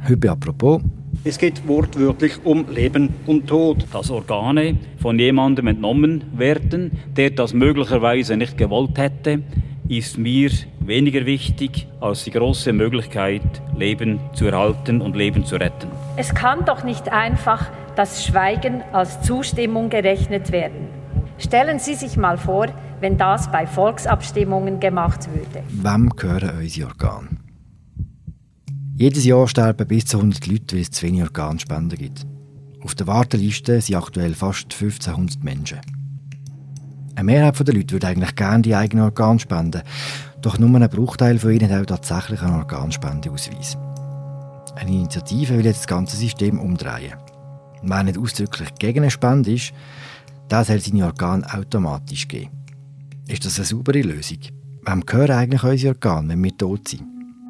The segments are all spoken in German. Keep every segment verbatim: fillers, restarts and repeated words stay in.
Heute apropos. Es geht wortwörtlich um Leben und Tod. Dass Organe von jemandem entnommen werden, der das möglicherweise nicht gewollt hätte, ist mir weniger wichtig als die große Möglichkeit, Leben zu erhalten und Leben zu retten. Es kann doch nicht einfach das Schweigen als Zustimmung gerechnet werden. Stellen Sie sich mal vor, wenn das bei Volksabstimmungen gemacht würde. Wem gehören unsere Organe? Jedes Jahr sterben bis zu hundert Leute, weil es zu wenig Organspenden gibt. Auf der Warteliste sind aktuell fast fünfzehnhundert Menschen. Eine Mehrheit der Leute würde eigentlich gerne die eigenen Organe spenden, doch nur ein Bruchteil von ihnen hat tatsächlich einen Organspendeausweis. Eine Initiative will jetzt das ganze System umdrehen. Wer nicht ausdrücklich gegen eine Spende ist, der soll seine Organe automatisch geben. Ist das eine saubere Lösung? Wem gehören eigentlich unsere Organe, wenn wir tot sind?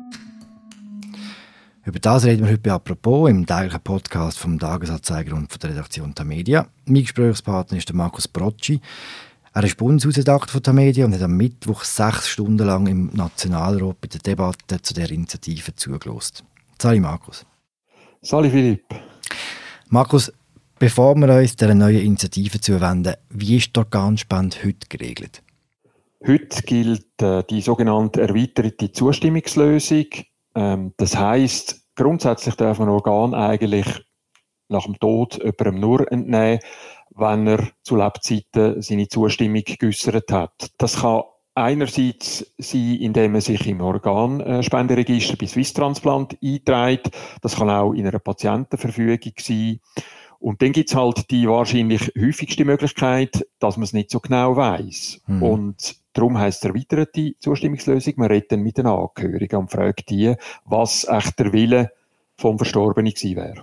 Über das reden wir heute bei «Apropos» im täglichen Podcast vom Tagesanzeiger und von der Redaktion Tamedia. Mein Gesprächspartner ist der Markus Brocci. Er ist Bundeshausredakteur von Tamedia und hat am Mittwoch sechs Stunden lang im Nationalrat bei der Debatte zu der Initiative zugelassen. Sali Markus. Sali Philipp. Markus, bevor wir uns dieser neuen Initiative zuwenden, wie ist die Organspende heute geregelt? Heute gilt äh, die sogenannte erweiterte Zustimmungslösung. Ähm, das heisst, grundsätzlich darf man Organ eigentlich nach dem Tod jemandem nur entnehmen, wenn er zu Lebzeiten seine Zustimmung geäussert hat. Das kann einerseits sein, indem man sich im Organspenderegister bei Swisstransplant einträgt. Das kann auch in einer Patientenverfügung sein. Und dann gibt es halt die wahrscheinlich häufigste Möglichkeit, dass man es nicht so genau weiss. Mhm. Und darum heisst es erweiterte Zustimmungslösung. Man redet dann mit den Angehörigen und fragt die, was echt der Wille vom Verstorbenen gewesen wäre.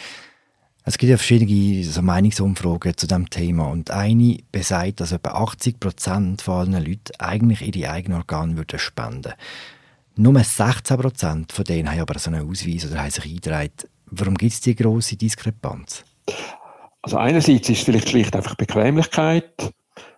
Es gibt ja verschiedene so Meinungsumfragen zu diesem Thema. Und eine besagt, dass etwa achtzig Prozent von allen Leuten eigentlich ihre eigenen Organe würden spenden. Nur sechzehn Prozent von denen haben aber so einen Ausweis oder haben sich eingetragen. Warum gibt es diese grosse Diskrepanz? Also einerseits ist es vielleicht schlicht einfach Bequemlichkeit.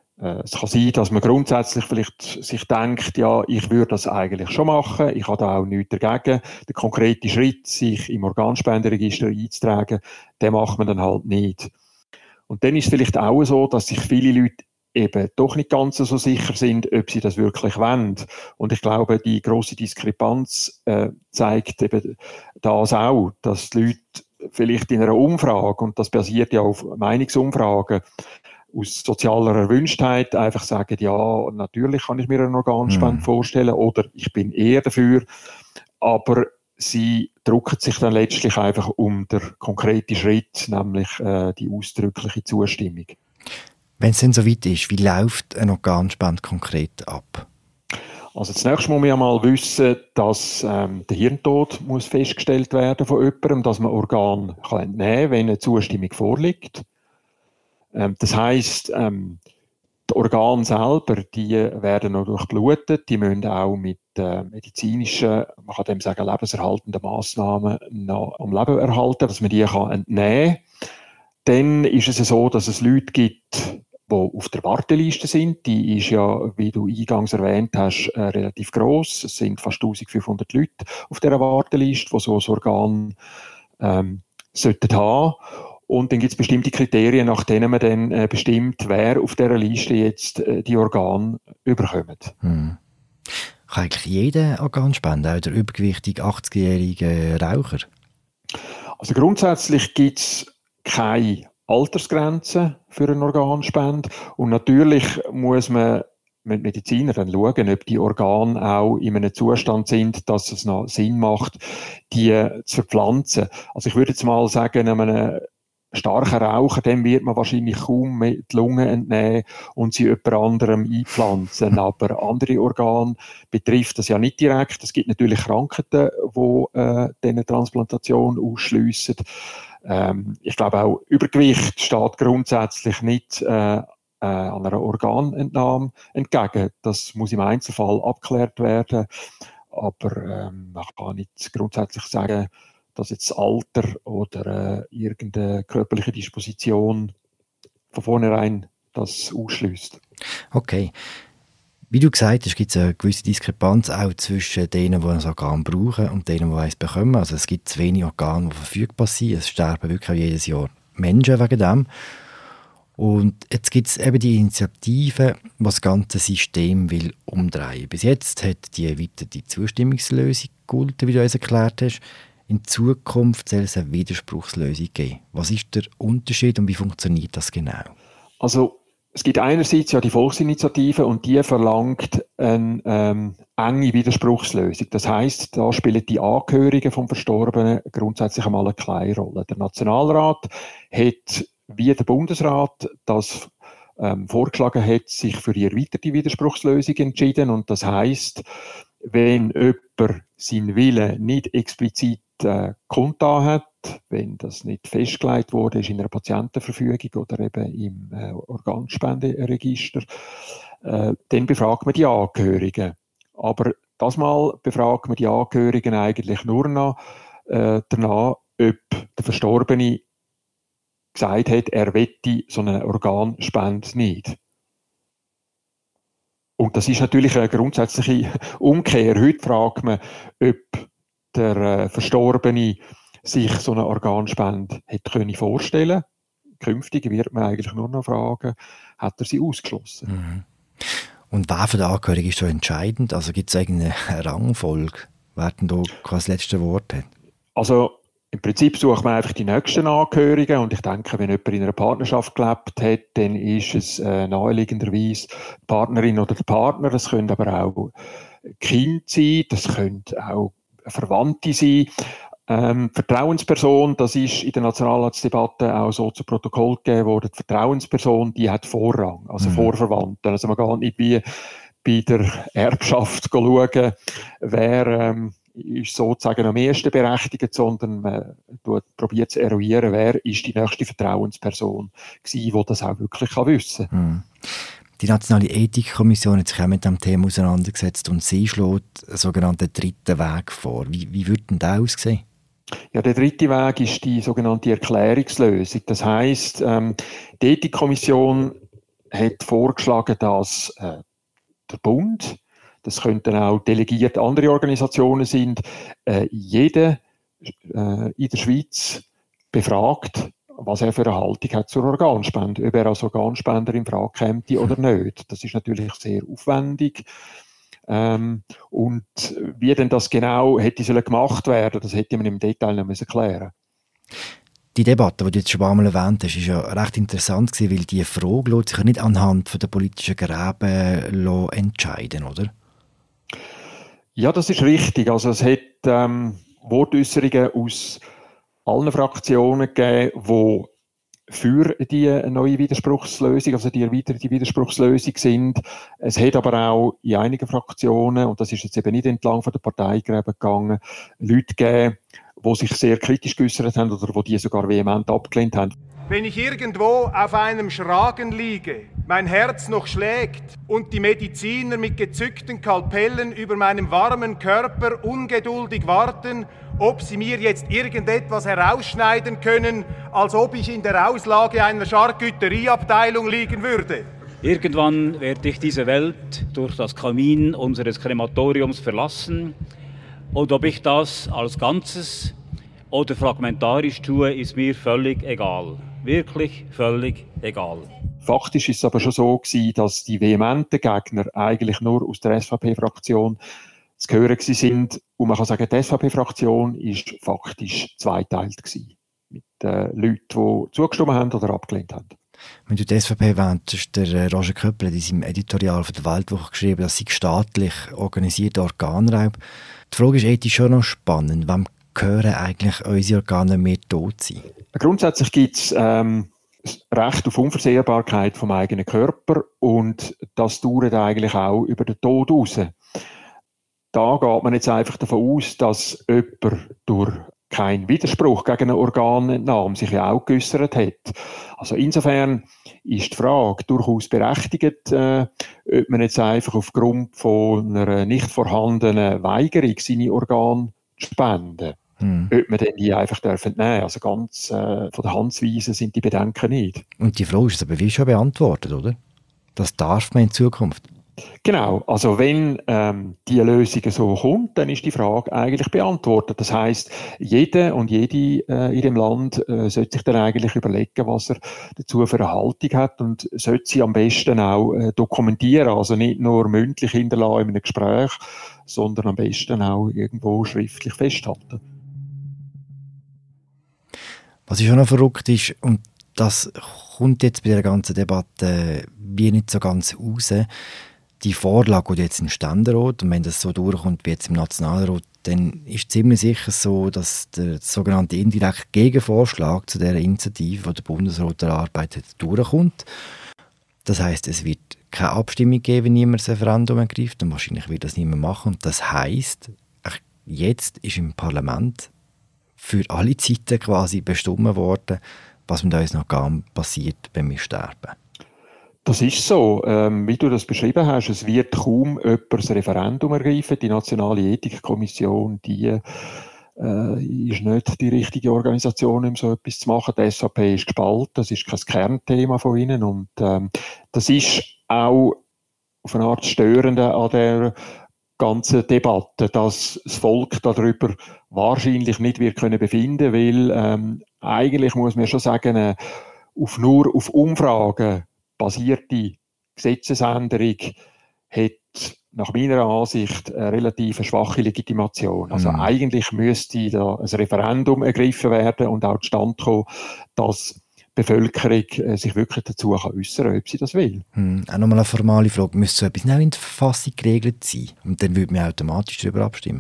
Es kann sein, dass man grundsätzlich vielleicht sich denkt, ja, ich würde das eigentlich schon machen, ich habe da auch nichts dagegen. Der konkrete Schritt, sich im Organspenderegister einzutragen, den macht man dann halt nicht. Und dann ist es vielleicht auch so, dass sich viele Leute eben doch nicht ganz so sicher sind, ob sie das wirklich wollen. Und ich glaube, die grosse Diskrepanz äh, zeigt eben das auch, dass die Leute vielleicht in einer Umfrage, und das basiert ja auf Meinungsumfragen, aus sozialer Erwünschtheit einfach sagen, ja, natürlich kann ich mir eine Organspende mhm. vorstellen oder ich bin eher dafür, aber sie drücken sich dann letztlich einfach um den konkreten Schritt, nämlich äh, die ausdrückliche Zustimmung. Wenn es denn so weit ist, wie läuft eine Organspende konkret ab? Also zunächst muss man ja mal wissen, dass ähm, der Hirntod muss festgestellt werden von jemandem, dass man Organ kann entnehmen kann, wenn eine Zustimmung vorliegt. Ähm, das heisst, ähm, die Organe selber, die werden noch durchblutet, die müssen auch mit äh, medizinischen, man kann dem sagen, lebenserhaltenden Massnahmen noch am Leben erhalten, dass man die kann entnehmen kann. Dann ist es so, dass es Leute gibt, die auf der Warteliste sind. Die ist ja, wie du eingangs erwähnt hast, äh, relativ gross. Es sind fast eintausendfünfhundert Leute auf dieser Warteliste, die so ein Organ ähm, sollten haben. Und dann gibt es bestimmte Kriterien, nach denen man dann äh, bestimmt, wer auf dieser Liste jetzt äh, die Organe überkommt. Hm. Kann eigentlich jeder Organ spenden, auch der übergewichtige achtzigjährige Raucher? Also grundsätzlich gibt es keine Altersgrenze für eine Organspende. Und natürlich muss man mit Medizinern dann schauen, ob die Organe auch in einem Zustand sind, dass es noch Sinn macht, die zu verpflanzen. Also ich würde jetzt mal sagen, einem starken Raucher, dem wird man wahrscheinlich kaum die Lunge entnehmen und sie jemand anderem einpflanzen. Aber andere Organe betrifft das ja nicht direkt. Es gibt natürlich Krankheiten, die äh, diese Transplantation ausschliessen. Ähm, ich glaube auch Übergewicht steht grundsätzlich nicht äh, äh, an einer Organentnahme entgegen. Das muss im Einzelfall abgeklärt werden. Aber ähm, man kann nicht grundsätzlich sagen, dass jetzt das Alter oder äh, irgendeine körperliche Disposition von vornherein das ausschließt. Okay. Wie du gesagt hast, gibt es eine gewisse Diskrepanz auch zwischen denen, die ein Organ brauchen und denen, die eins bekommen. Also es gibt zu wenig Organe, die verfügbar sind. Es sterben wirklich jedes Jahr Menschen wegen dem. Und jetzt gibt es eben die Initiative, die das ganze System will umdrehen. Bis jetzt hat die erweiterte Zustimmungslösung gegolten, wie du uns erklärt hast. In Zukunft soll es eine Widerspruchslösung geben. Was ist der Unterschied und wie funktioniert das genau? Also es gibt einerseits ja die Volksinitiative und die verlangt eine ähm, enge Widerspruchslösung. Das heisst, da spielen die Angehörigen vom Verstorbenen grundsätzlich einmal eine kleine Rolle. Der Nationalrat hat, wie der Bundesrat, das ähm, vorgeschlagen hat, sich für die erweiterte Widerspruchslösung entschieden. Und das heisst, wenn jemand seinen Willen nicht explizit äh, kundgetan hat, wenn das nicht festgelegt wurde, ist in einer Patientenverfügung oder eben im äh, Organspenderegister, äh, dann befragt man die Angehörigen. Aber das Mal befragt man die Angehörigen eigentlich nur noch äh, danach, ob der Verstorbene gesagt hat, er wette so eine Organspende nicht. Und das ist natürlich eine grundsätzliche Umkehr. Heute fragt man, ob der äh, Verstorbene sich so eine Organspende hätte können vorstellen. Künftig wird man eigentlich nur noch fragen, hat er sie ausgeschlossen? Mhm. Und wer von den Angehörigen ist so entscheidend? Also gibt es irgendeine Rangfolge, wer denn da quasi das letzte Wort hat? Also im Prinzip sucht man einfach die nächsten Angehörigen und ich denke, wenn jemand in einer Partnerschaft gelebt hat, dann ist es äh, naheliegenderweise die Partnerin oder der Partner. Das können aber auch Kinder sein, das können auch Verwandte sein. Ähm, Vertrauensperson, das ist in der Nationalratsdebatte auch so zu Protokoll gegeben worden. Die Vertrauensperson, die hat Vorrang, also mhm. Vorverwandte. Also man geht nicht wie bei der Erbschaft schauen, wer ähm, ist sozusagen am ehesten berechtigt, sondern man probiert zu eruieren, wer ist die nächste Vertrauensperson gewesen, die das auch wirklich kann wissen kann. Mhm. Die Nationale Ethikkommission hat sich auch mit dem Thema auseinandergesetzt und sie schlägt einen sogenannten dritten Weg vor. Wie, wie würde denn der aussehen? Ja, der dritte Weg ist die sogenannte Erklärungslösung. Das heisst, ähm, die Ethikkommission hat vorgeschlagen, dass äh, der Bund, das könnten auch delegierte andere Organisationen sein, äh, jeder äh, in der Schweiz befragt, was er für eine Haltung hat zur Organspende, ob er als Organspender in Frage käme oder nicht. Das ist natürlich sehr aufwendig. Ähm, und wie denn das genau hätte sollen gemacht werden, das hätte man im Detail noch müssen klären. Die Debatte, die du jetzt schon einmal erwähnt hast, ist ja recht interessant gewesen, weil die Frage lässt sich ja nicht anhand der politischen Gräben entscheiden, oder? Ja, das ist richtig. Also es hat ähm, Wortäusserungen aus allen Fraktionen gegeben, die für die neue Widerspruchslösung, also die erweiterte Widerspruchslösung sind. Es hat aber auch in einigen Fraktionen, und das ist jetzt eben nicht entlang von der Parteigräben gegangen, Leute gegeben, die sich sehr kritisch geäußert haben oder die die sogar vehement abgelehnt haben. Wenn ich irgendwo auf einem Schragen liege, mein Herz noch schlägt und die Mediziner mit gezückten Kalpellen über meinem warmen Körper ungeduldig warten, ob sie mir jetzt irgendetwas herausschneiden können, als ob ich in der Auslage einer Charcuterieabteilung liegen würde. Irgendwann werde ich diese Welt durch das Kamin unseres Krematoriums verlassen. Und ob ich das als Ganzes oder fragmentarisch tue, ist mir völlig egal. Wirklich völlig egal. Faktisch ist es aber schon so gewesen, dass die vehementen Gegner eigentlich nur aus der S V P-Fraktion zu hören sind. Und man kann sagen, die S V P-Fraktion ist faktisch zweiteilt gewesen. Mit äh, Leuten, die zugestimmt haben oder abgelehnt haben. Wenn du die S V P erwähnt, ist der Roger Köppel in seinem Editorial von der Weltwoche geschrieben, dass sie staatlich organisierter Organraub. Die Frage ist ethisch schon noch spannend. Wem gehören eigentlich unsere Organe mehr tot sein? Grundsätzlich gibt es ähm, das Recht auf Unversehrbarkeit vom eigenen Körper und das dauert eigentlich auch über den Tod raus. Da geht man jetzt einfach davon aus, dass jemand durch keinen Widerspruch gegen eine Organentnahme sich ja auch geäussert hat. Also insofern ist die Frage durchaus berechtigt, äh, ob man jetzt einfach aufgrund von einer nicht vorhandenen Weigerung seine Organe zu spenden, hm. ob man denn die einfach dürfen nehmen. Also ganz äh, von der Handweise sind die Bedenken nicht. Und die Frage ist aber wie schon beantwortet, oder? Das darf man in Zukunft. Genau, also wenn ähm, die Lösung so kommt, dann ist die Frage eigentlich beantwortet. Das heisst, jeder und jede äh, in dem Land äh, sollte sich dann eigentlich überlegen, was er dazu für eine Haltung hat und sollte sie am besten auch äh, dokumentieren, also nicht nur mündlich hinterlassen in einem Gespräch, sondern am besten auch irgendwo schriftlich festhalten. Was ich auch noch verrückt ist, und das kommt jetzt bei der ganzen Debatte wie nicht so ganz raus, die Vorlage, die jetzt im Ständerat, und wenn das so durchkommt wie jetzt im Nationalrat, dann ist ziemlich sicher so, dass der sogenannte indirekte Gegenvorschlag zu dieser Initiative, die der Bundesrat erarbeitet, durchkommt. Das heisst, es wird keine Abstimmung geben, wenn niemand das Referendum ergreift, und wahrscheinlich wird das niemand machen. Und das heisst, jetzt ist im Parlament für alle Zeiten quasi bestimmt worden, was mit uns noch passiert, wenn wir sterben. Das ist so. Ähm, wie du das beschrieben hast, es wird kaum jemand das Referendum ergreifen. Die Nationale Ethikkommission, die äh, ist nicht die richtige Organisation, um so etwas zu machen. Die S V P ist gespalten, das ist kein Kernthema von ihnen. Und ähm, das ist auch auf eine Art Störende an der ganzen Debatte, dass das Volk darüber wahrscheinlich nicht wird können befinden, weil ähm, eigentlich muss man schon sagen, äh, auf nur auf Umfragen basierte Gesetzesänderung hat nach meiner Ansicht eine relativ schwache Legitimation. Also mhm. eigentlich müsste da ein Referendum ergriffen werden und auch zustande kommen, dass die Bevölkerung sich wirklich dazu äußern kann, ob sie das will. Mhm. Auch nochmal eine formale Frage. Müsste so etwas nicht in der Verfassung geregelt sein? Und dann würde man automatisch darüber abstimmen?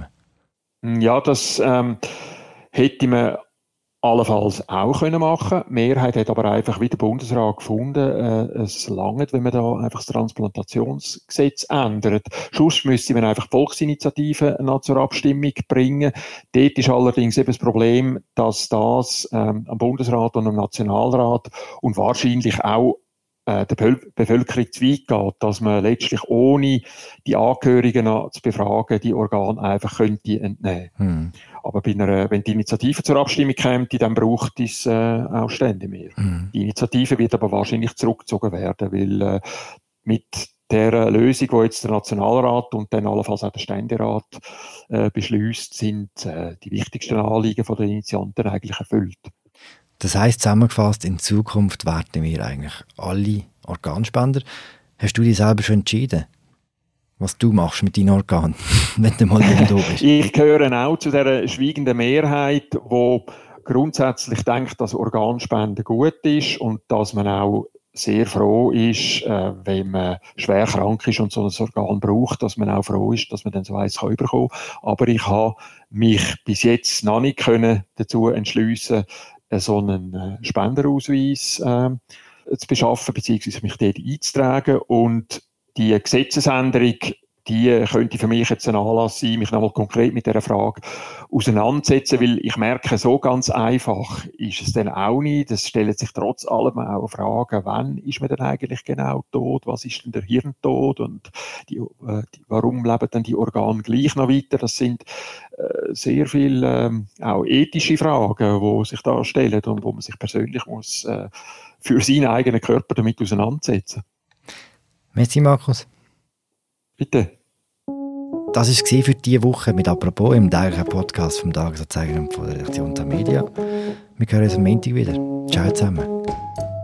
Ja, das ähm, hätte man allenfalls auch können machen. Die Mehrheit hat aber einfach wie der Bundesrat gefunden, äh, es langt, wenn man da einfach das Transplantationsgesetz ändert. Sonst müsste man einfach Volksinitiativen noch zur Abstimmung bringen. Dort ist allerdings eben das Problem, dass das ähm, am Bundesrat und am Nationalrat und wahrscheinlich auch äh, der Be- Bevölkerung zu weit geht, dass man letztlich ohne die Angehörigen noch zu befragen, die Organe einfach könnte entnehmen. Hm. Aber bei einer, wenn die Initiative zur Abstimmung käme, dann braucht es äh, auch Stände mehr. Mhm. Die Initiative wird aber wahrscheinlich zurückgezogen werden, weil äh, mit der Lösung, die jetzt der Nationalrat und dann allenfalls auch der Ständerat äh, beschließt, sind äh, die wichtigsten Anliegen der Initianten eigentlich erfüllt. Das heisst, zusammengefasst, in Zukunft werden wir eigentlich alle Organspender. Hast du dich selber schon entschieden, was du machst mit deinen Organen, wenn du mal da bist? Ich gehöre auch zu dieser schweigenden Mehrheit, die grundsätzlich denkt, dass Organspende gut ist und dass man auch sehr froh ist, äh, wenn man schwer krank ist und so ein Organ braucht, dass man auch froh ist, dass man dann so eins kann bekommen. Aber ich habe mich bis jetzt noch nicht können dazu entschliessen, so einen Spenderausweis äh, zu beschaffen, beziehungsweise mich dort einzutragen. Und die Gesetzesänderung, die könnte für mich jetzt ein Anlass sein, mich nochmal konkret mit dieser Frage auseinanderzusetzen, weil ich merke, so ganz einfach ist es dann auch nicht. Es stellen sich trotz allem auch Fragen, wann ist man denn eigentlich genau tot, was ist denn der Hirntod und die, äh, die, warum leben denn die Organe gleich noch weiter? Das sind äh, sehr viele äh, auch ethische Fragen, die sich da stellen und wo man sich persönlich muss äh, für seinen eigenen Körper damit auseinandersetzen. Merci, Markus. Bitte. Das war es für diese Woche mit «Apropos» im täglichen Podcast vom Tagesanzeiger und von der Redaktion der Media. Wir hören uns am Montag wieder. Ciao zusammen.